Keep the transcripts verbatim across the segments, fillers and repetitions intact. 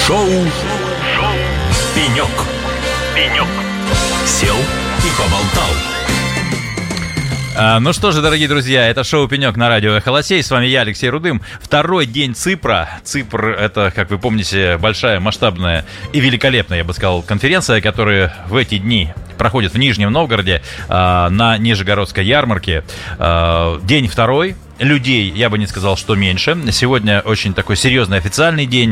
Шоу Шоу Пенек. Пенек. Сел и поболтал. А, ну что же, дорогие друзья, это шоу «Пенек» на радио «Эхо Лосей». С вами я, Алексей Рудым. Второй день Ципра. Ципр — это, как вы помните, большая, масштабная и великолепная, я бы сказал, конференция, которая в эти дни проходит в Нижнем Новгороде э, на Нижегородской ярмарке. Э, день второй. Людей, я бы не сказал, что меньше. Сегодня очень такой серьезный официальный день.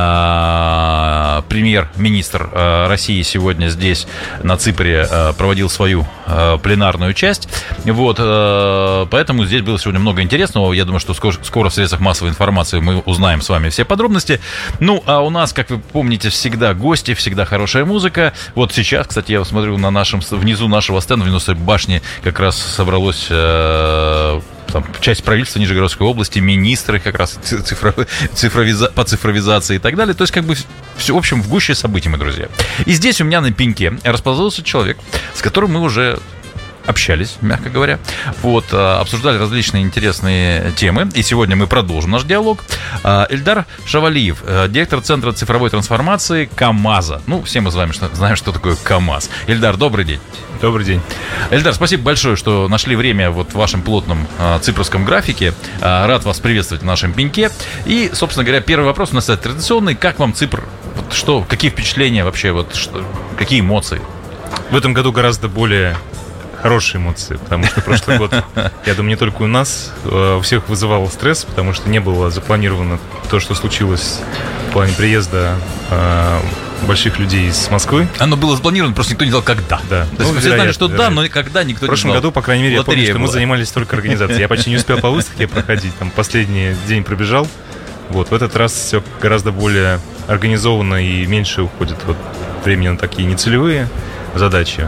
Э, премьер-министр э, России сегодня здесь, на Ципре, э, проводил свою э, пленарную часть. Вот, э, поэтому здесь было сегодня много интересного. Я думаю, что скоро, скоро в средствах массовой информации мы узнаем с вами все подробности. Ну, а у нас, как вы помните, всегда гости, всегда хорошая музыка. Вот сейчас, кстати, я смотрю на нашем, внизу нашего стенда, внизу башни, как раз собралось... Э, Там, часть правительства Нижегородской области, министры как раз цифро, цифровиза, по цифровизации и так далее. То есть, как бы, все, в общем, в гуще событий, мои друзья. И здесь у меня на пеньке расположился человек, с которым мы уже общались, мягко говоря. Вот, обсуждали различные интересные темы. И сегодня мы продолжим наш диалог. Эльдар Шавалиев, директор Центра цифровой трансформации КамАЗа. Ну, все мы с вами знаем, что такое КамАЗ. Эльдар, добрый день. Добрый день. Эльдар, спасибо большое, что нашли время вот в вашем плотном э, цифровском графике. Э, рад вас приветствовать в нашем пеньке. И, собственно говоря, первый вопрос у нас традиционный. Как вам Ципр? Вот что, какие впечатления вообще? Вот, что, какие эмоции? В этом году гораздо более хорошие эмоции, потому что прошлый год, я думаю, не только у нас, у всех вызывал стресс, потому что не было запланировано то, что случилось в плане приезда больших людей из Москвы. Оно было запланировано, просто никто не знал, когда. Да. То есть ну, все знали, что да, но когда никто не знал. В прошлом году, по крайней мере, я помню, что была. мы занимались только организацией. Я почти не успел по выставке проходить, там последний день пробежал. Вот, в этот раз все гораздо более организованно и меньше уходит вот времени на такие нецелевые задачи.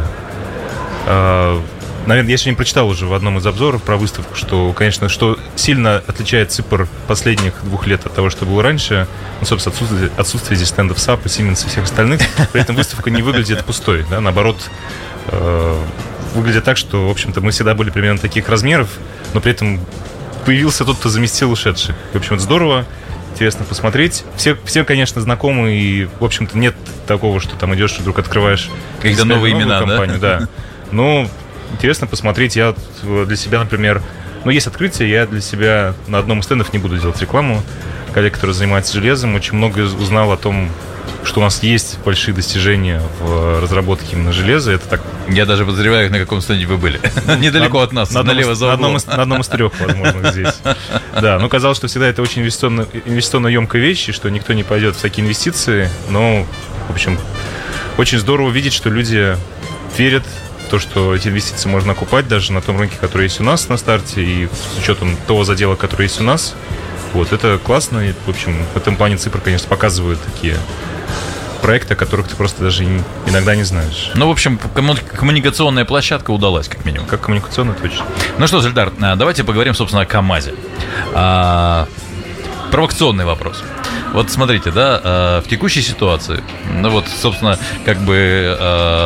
Наверное, я сегодня прочитал уже в одном из обзоров про выставку, что, конечно, что сильно отличает Ципр последних двух лет от того, что было раньше. Ну, собственно, отсутствие, отсутствие здесь стендов САП и Siemens и всех остальных. При этом выставка не выглядит пустой, да, наоборот, э, выглядит так, что, в общем-то, мы всегда были примерно таких размеров, но при этом появился тот, кто заместил ушедших. В общем, это здорово. Интересно посмотреть. Все, все, конечно, знакомы, и, в общем-то, нет такого, что там идешь и вдруг открываешь какие-то новые имена, компанию, да? Да. Но интересно посмотреть. Я для себя, например, ну, есть открытие, я для себя на одном из стендов не буду делать рекламу. Коллега, который занимается железом, очень много узнал о том, что у нас есть большие достижения в разработке именно железа. Это так... Я даже подозреваю, на каком стенде вы были. Недалеко от нас, налево за углом. На одном из трех, возможно, здесь. Да, но казалось, что всегда это очень инвестиционно емкая вещь, и что никто не пойдет в такие инвестиции. Но, в общем, очень здорово видеть, что люди верят в то, что эти инвестиции можно окупать даже на том рынке, который есть у нас на старте, и с учетом того задела, который есть у нас. Вот, это классно. И, в общем, в этом плане Ципр, конечно, показывают такие проекты, о которых ты просто даже иногда не знаешь. Ну, в общем, коммуникационная площадка удалась, как минимум. Как коммуникационная, точно. Ну что, Эльдар, давайте поговорим, собственно, о КамАЗе. А, провокационный вопрос. Вот смотрите, да, в текущей ситуации, ну вот, собственно, как бы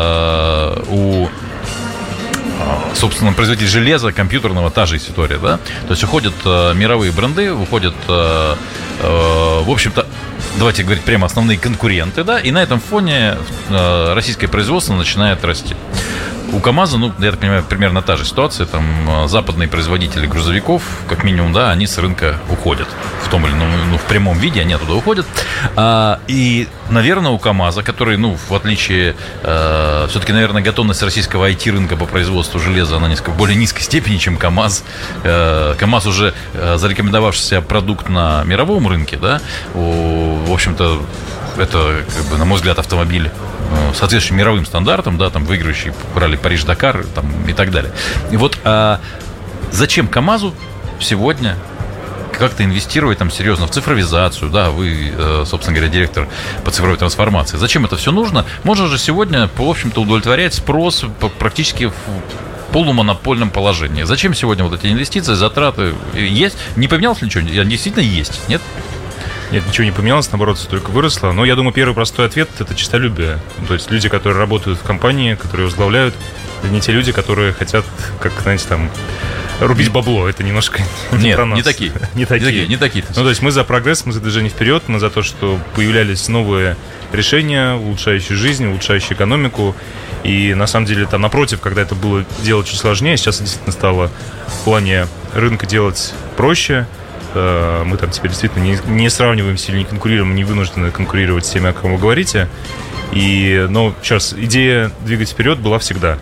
у... собственно, производитель железа компьютерного та же история, да? То есть уходят э, мировые бренды, уходят, э, э, в общем-то, давайте говорить прямо, основные конкуренты, да? И на этом фоне э, российское производство начинает расти. У КамАЗа, ну, я так понимаю, примерно та же ситуация. Там западные производители грузовиков, как минимум, да, они с рынка уходят. В том или ином, ну, в прямом виде они оттуда уходят. А, и, наверное, у КамАЗа, который, ну, в отличие, э, все-таки, наверное, готовность российского ай ти-рынка по производству железа, она несколько в более низкой степени, чем КамАЗ. Э, КамАЗ уже э, зарекомендовавшийся продукт на мировом рынке, да, у, в общем-то, это, как бы, на мой взгляд, автомобиль соответствующим мировым стандартам, да, там выигрывающий ралли Париж-Дакар там, и так далее. И вот а зачем КамАЗу сегодня как-то инвестировать там серьезно в цифровизацию, да, вы, собственно говоря, директор по цифровой трансформации. Зачем это все нужно? Можно же сегодня, в общем-то, удовлетворять спрос практически в полумонопольном положении. Зачем сегодня вот эти инвестиции, затраты есть? Не поменялось ли ничего? Действительно есть, нет? Нет, ничего не поменялось, наоборот, только выросло. Но я думаю, первый простой ответ – это честолюбие. То есть люди, которые работают в компании, которые возглавляют, это не те люди, которые хотят, как, знаете, там, рубить бабло. Это немножко не Нет, про нас. не такие. Не такие. Не такие, не такие. Ну, то есть мы за прогресс, мы за движение вперед, мы за то, что появлялись новые решения, улучшающие жизнь, улучшающие экономику. И на самом деле, там, напротив, когда это было делать чуть сложнее, сейчас действительно стало в плане рынка делать проще. Мы там теперь действительно не, не сравниваемся или не конкурируем, не вынуждены конкурировать с теми, о ком вы говорите. И, ну, сейчас идея двигать вперед была всегда.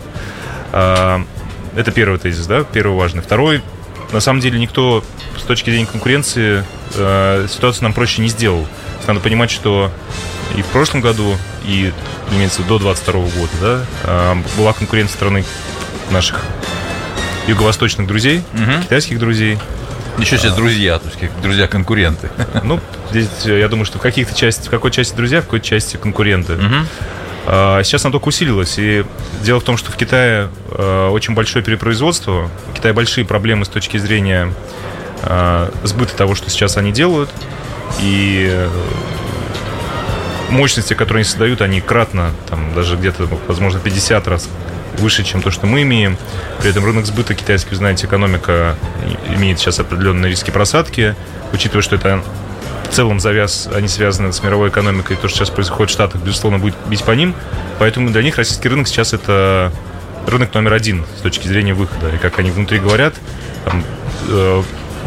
Это первый тезис, да, первый важный. Второй, на самом деле, никто с точки зрения конкуренции ситуацию нам проще не сделал. Надо понимать, что и в прошлом году, и, имеется до двадцать второго года, да, была конкуренция страны наших юго-восточных друзей, угу. китайских друзей. Еще сейчас друзья, то есть как друзья-конкуренты. Ну, здесь, я думаю, что в каких-то части, в какой-то части друзья, в какой-то части конкуренты. Угу. А, сейчас оно только усилилось. И дело в том, что в Китае а, очень большое перепроизводство. В Китае большие проблемы с точки зрения а, сбыта того, что сейчас они делают. И мощности, которые они создают, они кратно, там, даже где-то, возможно, пятьдесят раз выше, чем то, что мы имеем. При этом рынок сбыта китайский, вы знаете, экономика имеет сейчас определенные риски просадки, учитывая, что это в целом завяз, они связаны с мировой экономикой, и то, что сейчас происходит в Штатах, безусловно, будет бить по ним. Поэтому для них российский рынок сейчас это рынок номер один с точки зрения выхода. И как они внутри говорят, там, э,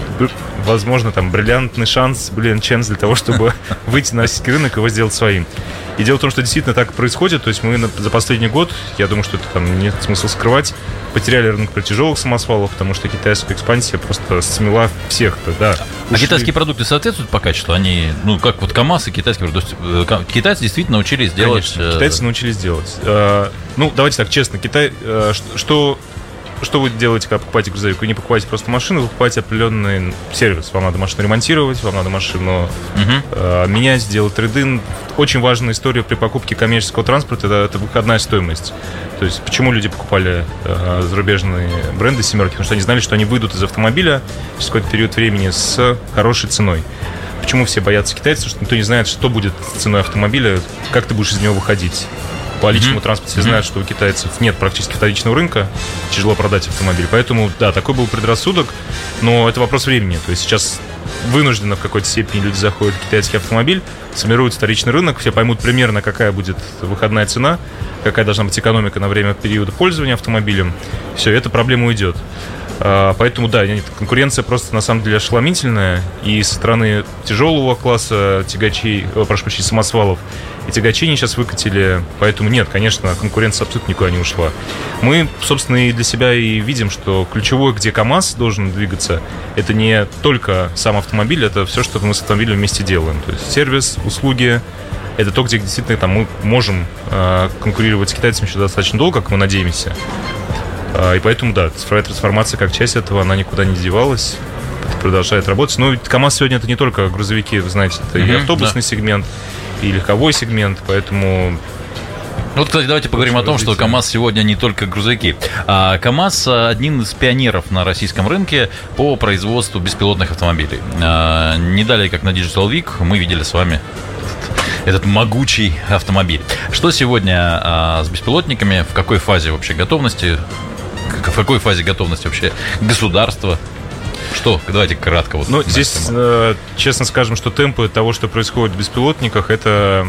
возможно, там бриллиантный шанс, блин, шанс для того, чтобы выйти на российский рынок и его сделать своим. И дело в том, что действительно так происходит. То есть мы за последний год, я думаю, что это там нет смысла скрывать, потеряли рынок при тяжелых самосвалов, потому что китайская экспансия просто смела всех. Да. А ушли... китайские продукты соответствуют по качеству? Они, ну, как вот КамАЗ и китайские продукты. Китайцы действительно научились делать... Конечно, китайцы научились делать. Ну, давайте так, честно, Китай... Что... Что вы делаете, когда покупаете грузовик? Вы не покупаете просто машину, вы покупаете определенный сервис. Вам надо машину ремонтировать, вам надо машину uh-huh. э, менять, делать трейд-ин. Очень важная история при покупке коммерческого транспорта – это, это выходная стоимость. То есть почему люди покупали э, зарубежные бренды «семерки»? Потому что они знали, что они выйдут из автомобиля через какой-то период времени с хорошей ценой. Почему все боятся китайцев? Потому что никто не знает, что будет с ценой автомобиля, как ты будешь из него выходить. По личному mm-hmm. транспорту все знают, что у китайцев нет практически вторичного рынка, тяжело продать автомобиль. Поэтому, да, такой был предрассудок, но это вопрос времени. То есть сейчас вынужденно в какой-то степени люди заходят в китайский автомобиль, сформируют вторичный рынок, все поймут примерно, какая будет выходная цена, какая должна быть экономика на время периода пользования автомобилем. Все, эта проблема уйдет. Поэтому, да, конкуренция просто на самом деле ошеломительная. И со стороны тяжелого класса тягачей, прошу прощения, самосвалов и тягачей они сейчас выкатили. Поэтому нет, конечно, конкуренция абсолютно никуда не ушла. Мы, собственно, и для себя и видим, что ключевое, где КамАЗ должен двигаться, это не только сам автомобиль, это все, что мы с автомобилем вместе делаем. То есть сервис, услуги. Это то, где действительно там, мы можем э, конкурировать с китайцами еще достаточно долго, как мы надеемся. И поэтому, да, цифровая трансформация как часть этого, она никуда не девалась, продолжает работать. Но ведь КамАЗ сегодня это не только грузовики, вы знаете, это mm-hmm, и автобусный да. сегмент, и легковой сегмент, поэтому... Вот, кстати, давайте поговорим о том, развитие. Что КамАЗ сегодня не только грузовики. А КамАЗ один из пионеров на российском рынке по производству беспилотных автомобилей. А, не далее, как на Digital Week, мы видели с вами этот могучий автомобиль. Что сегодня а, с беспилотниками, в какой фазе вообще готовности? В какой фазе готовности вообще государства? Что? Давайте кратко. Вот ну, здесь, э, честно скажем, что темпы того, что происходит в беспилотниках, это...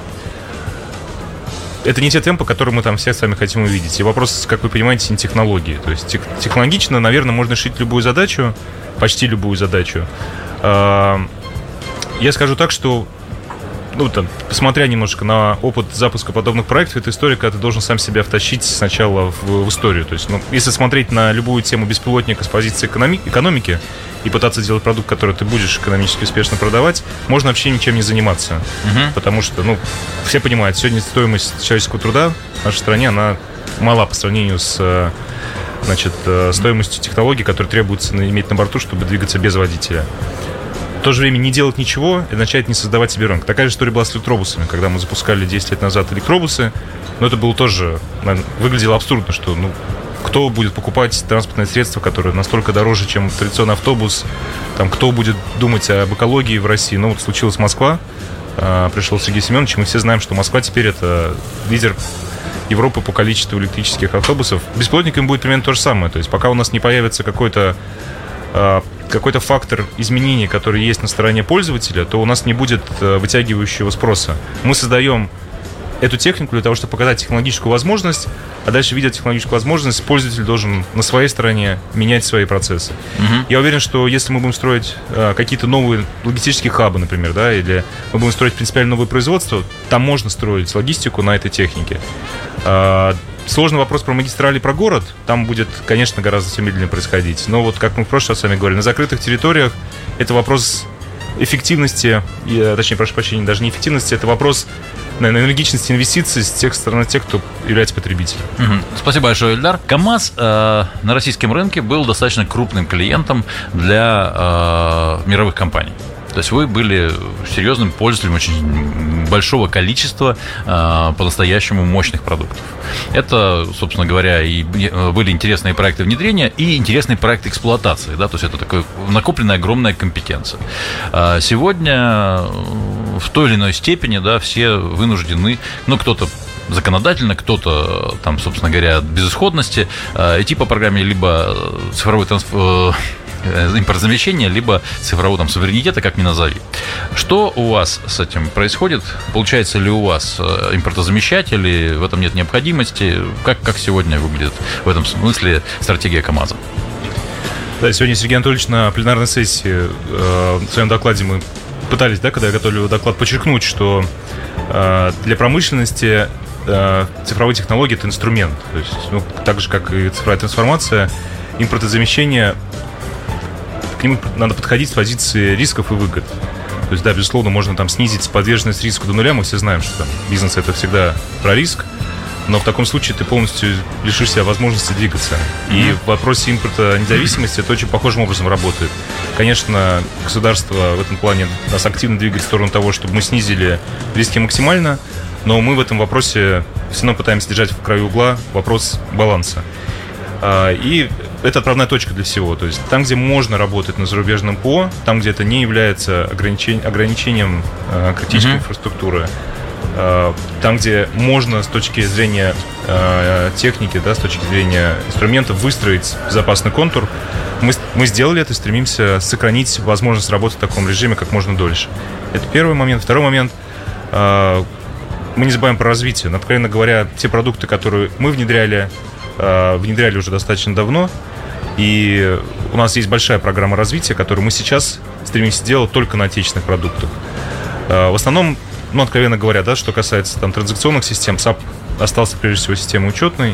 Это не те темпы, которые мы там все с вами хотим увидеть. И вопрос, как вы понимаете, не технологии. То есть тех, технологично, наверное, можно решить любую задачу, почти любую задачу. Э, я скажу так, что ну, там, посмотря немножко на опыт запуска подобных проектов, это история, когда ты должен сам себя втащить сначала в, в историю. То есть, ну, если смотреть на любую тему беспилотника с позиции экономи- экономики и пытаться сделать продукт, который ты будешь экономически успешно продавать, можно вообще ничем не заниматься. Uh-huh. Потому что, ну, все понимают, сегодня стоимость человеческого труда в нашей стране, она мала по сравнению с, значит, стоимостью технологий, которые требуется иметь на борту, чтобы двигаться без водителя. В то же время не делать ничего и начать не создавать себе рынок. Такая же история была с электробусами, когда мы запускали десять лет назад электробусы, но это было тоже, наверное, выглядело абсурдно, что ну, кто будет покупать транспортное средство, которое настолько дороже, чем традиционный автобус, там, кто будет думать об экологии в России. Ну, вот случилась Москва, пришел Сергей Семенович, мы все знаем, что Москва теперь это лидер Европы по количеству электрических автобусов. Беспилотниками будет примерно то же самое. То есть пока у нас не появится какой-то какой-то фактор изменений, который есть на стороне пользователя, то у нас не будет вытягивающего спроса. Мы создаем эту технику для того, чтобы показать технологическую возможность, а дальше, видя технологическую возможность, пользователь должен на своей стороне менять свои процессы. Uh-huh. Я уверен, что если мы будем строить а, какие-то новые логистические хабы, например, да, или мы будем строить принципиально новое производство, там можно строить логистику на этой технике. А, сложный вопрос про магистрали, про город, там будет, конечно, гораздо все медленнее происходить. Но вот, как мы в прошлый раз с вами говорили, на закрытых территориях это вопрос эффективности, точнее, прошу прощения, даже не эффективности, это вопрос, наверное, энергичности инвестиций с тех стороны тех, кто является потребителем. Угу. Спасибо большое, Ильдар. КАМАЗ э, на российском рынке был достаточно крупным клиентом для э, мировых компаний. То есть вы были серьезным пользователем очень большого количества э, по-настоящему мощных продуктов. Это, собственно говоря, и были интересные проекты внедрения и интересные проекты эксплуатации. Да? То есть это такая накопленная огромная компетенция. А сегодня в той или иной степени, да, все вынуждены, ну, кто-то законодательно, кто-то, там, собственно говоря, от безысходности, э, идти по программе либо цифровой трансформации, импортозамещения, либо цифрового там суверенитета, как ни назови. Что у вас с этим происходит? Получается ли у вас импортозамещать, или в этом нет необходимости? Как, как сегодня выглядит в этом смысле стратегия КАМАЗа? Да, сегодня Сергей Анатольевич на пленарной сессии э, в своем докладе мы пытались, да, когда я готовил доклад, подчеркнуть, что э, для промышленности э, цифровые технологии – это инструмент. То есть, ну, так же, как и цифровая трансформация, импортозамещение, к нему надо подходить с позиции рисков и выгод. То есть, да, безусловно, можно там снизить подверженность риску до нуля. Мы все знаем, что там бизнес – это всегда про риск. Но в таком случае ты полностью лишишь себя возможности двигаться. И в вопросе импорта независимости это очень похожим образом работает. Конечно, государство в этом плане нас активно двигает в сторону того, чтобы мы снизили риски максимально, но мы в этом вопросе все равно пытаемся держать в краю угла вопрос баланса. И это отправная точка для всего. То есть там, где можно работать на зарубежном ПО, там, где это не является ограничением, ограничением э, критической mm-hmm. инфраструктуры, э, там, где можно с точки зрения э, техники, да, с точки зрения инструментов выстроить безопасный контур, мы, мы сделали это и стремимся сохранить возможность работы в таком режиме как можно дольше. Это первый момент. Второй момент. Э, мы не забываем про развитие. Но, откровенно говоря, те продукты, которые мы внедряли, внедряли уже достаточно давно, и у нас есть большая программа развития, которую мы сейчас стремимся делать только на отечественных продуктах. В основном, ну, откровенно говоря, да, что касается там транзакционных систем, САП остался прежде всего системой учетной,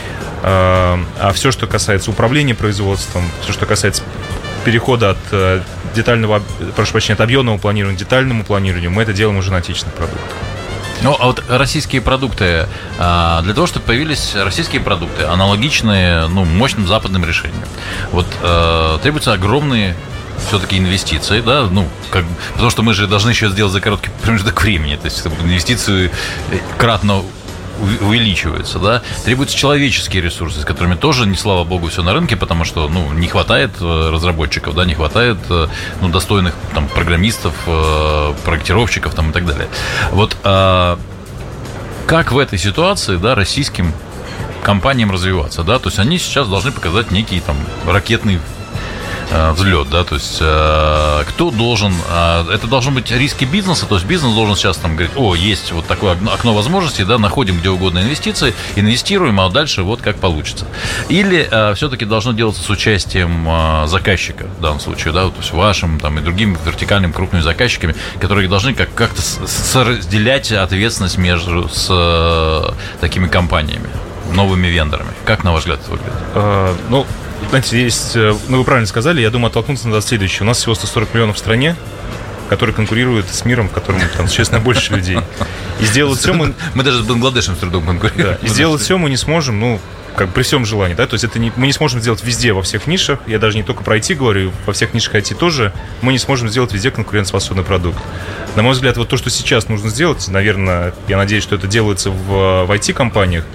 а все, что касается управления производством, все, что касается перехода от детального, прошу прощения, от объемного планирования к детальному планированию, мы это делаем уже на отечественных продуктах. Ну, а вот российские продукты, для того, чтобы появились российские продукты, аналогичные, ну, мощным западным решениям, вот требуются огромные все-таки инвестиции, да, ну, как, потому что мы же должны еще сделать за короткий промежуток времени, то есть инвестиции кратно увеличиваются, да, требуются человеческие ресурсы, с которыми тоже, не слава богу, все на рынке, потому что, ну, не хватает разработчиков, да, не хватает, ну, достойных там программистов, проектировщиков там и так далее. Вот а, как в этой ситуации, да, российским компаниям развиваться, да, то есть они сейчас должны показать некий там ракетный взлет, да, то есть э, кто должен, э, это должны быть риски бизнеса, то есть бизнес должен сейчас там говорить, о, есть вот такое окно, окно возможностей, да, находим где угодно инвестиции, инвестируем, а дальше вот как получится. Или э, все-таки должно делаться с участием э, заказчика, в данном случае, да, вот, то есть вашим там и другими вертикальными крупными заказчиками, которые должны как- как-то разделять ответственность между с э, такими компаниями, новыми вендорами. Как, на ваш взгляд, это выглядит? Uh, ну, знаете, есть, ну, вы правильно сказали, я думаю, оттолкнуться надо следующее. У нас всего сто сорок миллионов в стране, которые конкурируют с миром, в котором там существенно больше людей. И сделать все мы... Мы даже с Бангладешем с трудом конкурируем. Да, и сделать все мы не сможем, ну, как при всем желании, да, то есть это не, мы не сможем сделать везде, во всех нишах, я даже не только про ай ти говорю, во всех нишах ай ти тоже, мы не сможем сделать везде конкурентоспособный продукт. На мой взгляд, вот то, что сейчас нужно сделать, наверное, я надеюсь, что это делается в, в ай ти-компаниях,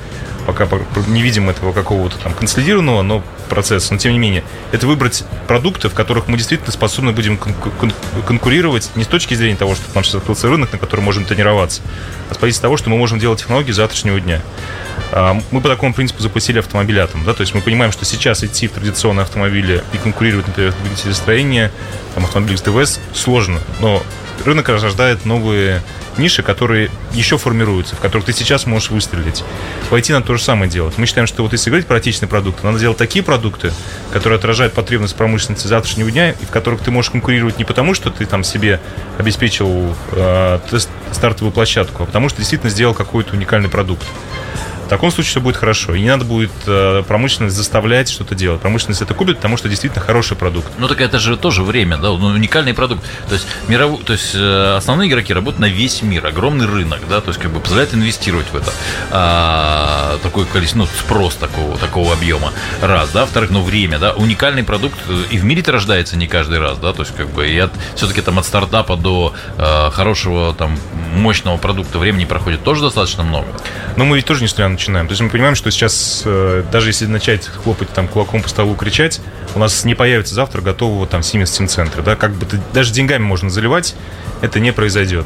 пока не видим этого какого-то там консолидированного, но процесса, но тем не менее, это выбрать продукты, в которых мы действительно способны будем кон- кон- конкурировать не с точки зрения того, что у нас открылся рынок, на котором можем тренироваться, а с позиции того, что мы можем делать технологии завтрашнего дня. Мы по такому принципу запустили автомобиль Atom, да, то есть мы понимаем, что сейчас идти в традиционные автомобили и конкурировать, например, в двигателестроении, там, автомобиль икс ди ви эс сложно, но рынок рождает новые ниши, которые еще формируются, в которых ты сейчас можешь выстрелить. Пойти надо то же самое делать. Мы считаем, что вот если говорить про отечественные продукты, надо делать такие продукты, которые отражают потребность промышленности завтрашнего дня, и в которых ты можешь конкурировать не потому, что ты там себе обеспечил э, тест, стартовую площадку, а потому что действительно сделал какой-то уникальный продукт. В таком случае все будет хорошо. И не надо будет э, промышленность заставлять что-то делать. Промышленность это купит, потому что действительно хороший продукт. Ну так это же тоже время, да, ну, уникальный продукт. То есть, мировой, то есть э, основные игроки работают на весь мир, огромный рынок, да, то есть как бы позволяет инвестировать в это. А, такое количество, ну, спрос такого, такого объема. Раз, да, во-вторых, ну, время, да, уникальный продукт и в мире-то рождается не каждый раз, да, то есть как бы и от, все-таки там от стартапа до э, хорошего там мощного продукта времени проходит тоже достаточно много. Но мы ведь тоже не зря начинаем. То есть мы понимаем, что сейчас, даже если начать хлопать там кулаком по столу, кричать, у нас не появится завтра готового там Siemens Teamcenter, да, как бы ты, даже деньгами можно заливать, это не произойдет.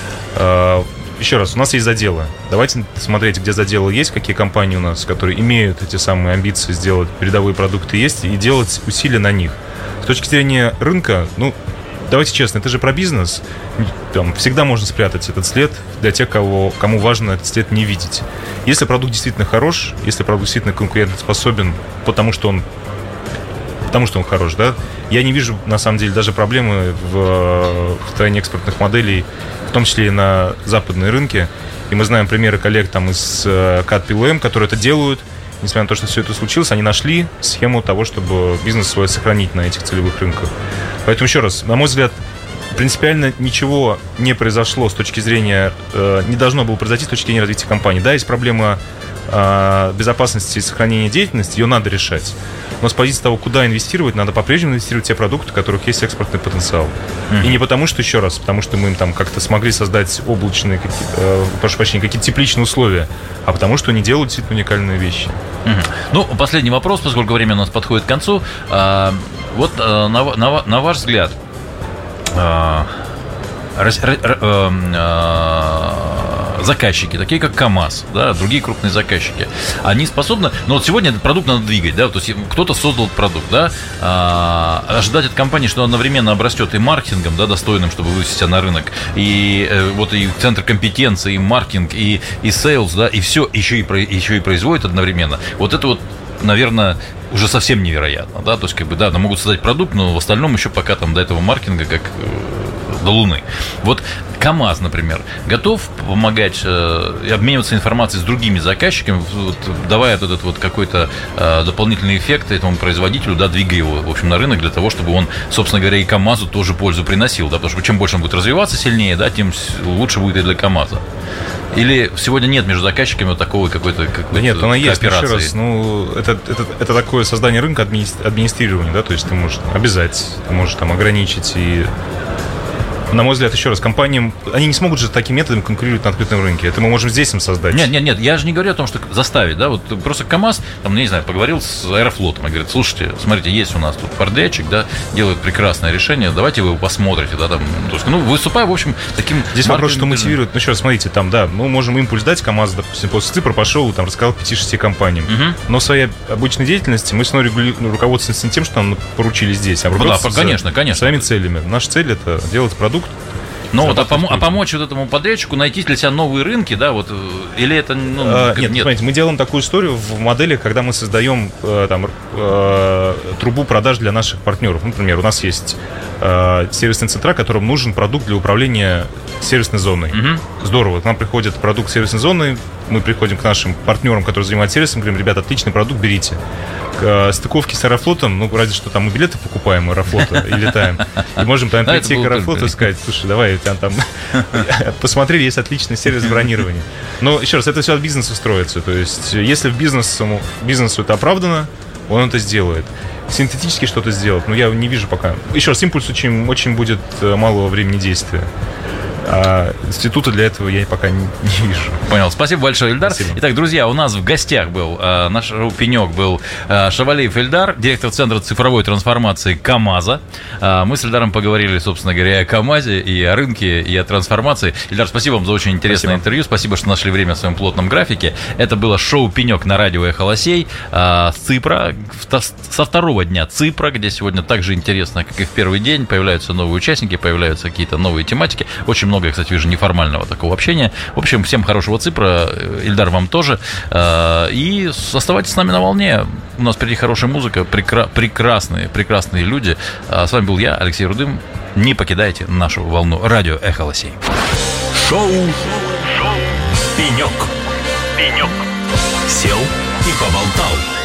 Еще раз, у нас есть заделы. Давайте смотреть, где заделы есть, какие компании у нас, которые имеют эти самые амбиции сделать передовые продукты есть, и делать усилия на них. С точки зрения рынка, ну, давайте честно, это же про бизнес. Там всегда можно спрятать этот след для тех, кого, кому важно этот след не видеть. Если продукт действительно хорош, если продукт действительно конкурентоспособен, потому что он, потому что он хорош, да, я не вижу, на самом деле, даже проблемы в, в строении экспортных моделей, в том числе и на западные рынки. И мы знаем примеры коллег там из кат пи эл эм, которые это делают. Несмотря на то, что все это случилось, они нашли схему того, чтобы бизнес свой сохранить на этих целевых рынках. Поэтому еще раз, на мой взгляд, принципиально ничего не произошло с точки зрения, э, не должно было произойти с точки зрения развития компании. Да, есть проблема э, безопасности и сохранения деятельности, ее надо решать. Но с позиции того, куда инвестировать, надо по-прежнему инвестировать в те продукты, у которых есть экспортный потенциал. Mm-hmm. И не потому, что, еще раз, потому что мы им там как-то смогли создать облачные, какие, э, прошу прощения, какие-то тепличные условия, а потому что они делают действительно уникальные вещи. Mm-hmm. Ну, последний вопрос, поскольку время у нас подходит к концу. А, вот а, на, на, на ваш взгляд, а, р, р, р, а, заказчики, такие как КАМАЗ, да, другие крупные заказчики, они способны, ну вот сегодня этот продукт надо двигать, да, то есть кто-то создал продукт, да, а, ожидать от компании, что она одновременно обрастет и маркетингом, да, достойным, чтобы вывести себя на рынок, и э, вот и центр компетенции, и маркетинг, и, и sales, да, и все еще и, еще и производит одновременно, вот это вот, наверное, уже совсем невероятно, да, то есть, как бы, да, они могут создать продукт, но в остальном еще пока там до этого маркетинга как э, до Луны. Вот КАМАЗ, например, готов помогать э, и обмениваться информацией с другими заказчиками, вот, давая вот этот вот какой-то э, дополнительный эффект этому производителю, да, двигая его, в общем, на рынок для того, чтобы он, собственно говоря, и КАМАЗу тоже пользу приносил, да, потому что чем больше он будет развиваться сильнее, да, тем лучше будет и для КАМАЗа. Или сегодня нет между заказчиками вот такого какой-то, какой-то да нет, она есть, еще раз, ну, это, это, это такое создание рынка администрирования, да, то есть ты можешь обязать, ты можешь там ограничить и... На мой взгляд, еще раз, компаниям, они не смогут же таким методом конкурировать на открытом рынке. Это мы можем здесь им создать. Нет, нет, нет, я же не говорю о том, что заставить, да, вот просто КАМАЗ, там, не знаю, поговорил с Аэрофлотом и говорит, слушайте, смотрите, есть у нас тут подрядчик, да, делает прекрасное решение, давайте вы его посмотрите, да, там, то есть, ну, выступая, в общем, таким... Здесь вопрос, что мотивирует, ну, еще раз, смотрите, там, да, мы можем импульс дать, КАМАЗ, допустим, после ЦИПРа пошел, там, рассказал пяти-шести компаниям, угу. Но в своей обычной деятельности мы снова регули... руководствуемся не тем, что нам поручили здесь, а да, конечно, конечно. своими целями. Наша цель — это делать продукт. Но вот, а, пом- а помочь вот этому подрядчику найти для себя новые рынки, да, вот, или это, ну, а, нет, нет, смотрите, мы делаем такую историю в модели, когда мы создаем э, там, э, трубу продаж для наших партнеров. Например, у нас есть э, сервисные центра, которым нужен продукт для управления сервисной зоной. Угу. Здорово, к нам приходит продукт сервисной зоны, мы приходим к нашим партнерам, которые занимаются сервисом, говорим, ребята, отличный продукт, берите. К стыковке с Аэрофлотом, ну, разве что там мы билеты покупаем Аэрофлота и летаем. И можем там прийти к Аэрофлоту и сказать, слушай, давай, там, там посмотрели, есть отличный сервис бронирования. Но, еще раз, это все от бизнеса строится. То есть, если в бизнесу, бизнесу это оправдано, он это сделает. Синтетически что-то сделать, ну, я не вижу пока. Еще раз, импульс очень, очень будет малого времени действия. А института для этого я пока не, не вижу. Понял. Спасибо большое, Ильдар. Спасибо. Итак, друзья, у нас в гостях был э, наш пенек был э, Шавалеев Ильдар, директор Центра цифровой трансформации КамАЗа. Э, мы с Ильдаром поговорили, собственно говоря, о КамАЗе, и о рынке, и о трансформации. Ильдар, спасибо вам за очень интересное Спасибо. интервью. Спасибо, что нашли время в своем плотном графике. Это было шоу «Пенек» на радио «Эхо Лосей» э, с Ципра, со второго дня Ципра, где сегодня так же интересно, как и в первый день. Появляются новые участники, появляются какие-то новые тематики. Очень много, я, кстати, вижу неформального такого общения. В общем, всем хорошего Ципра. Ильдар, вам тоже. И оставайтесь с нами на волне. У нас впереди хорошая музыка, прекра- прекрасные, прекрасные люди. С вами был я, Алексей Рудым. Не покидайте нашу волну. Радио «Эхо Лосей». Шоу, Шоу. «Пенек». «Пенек». Сел и поболтал.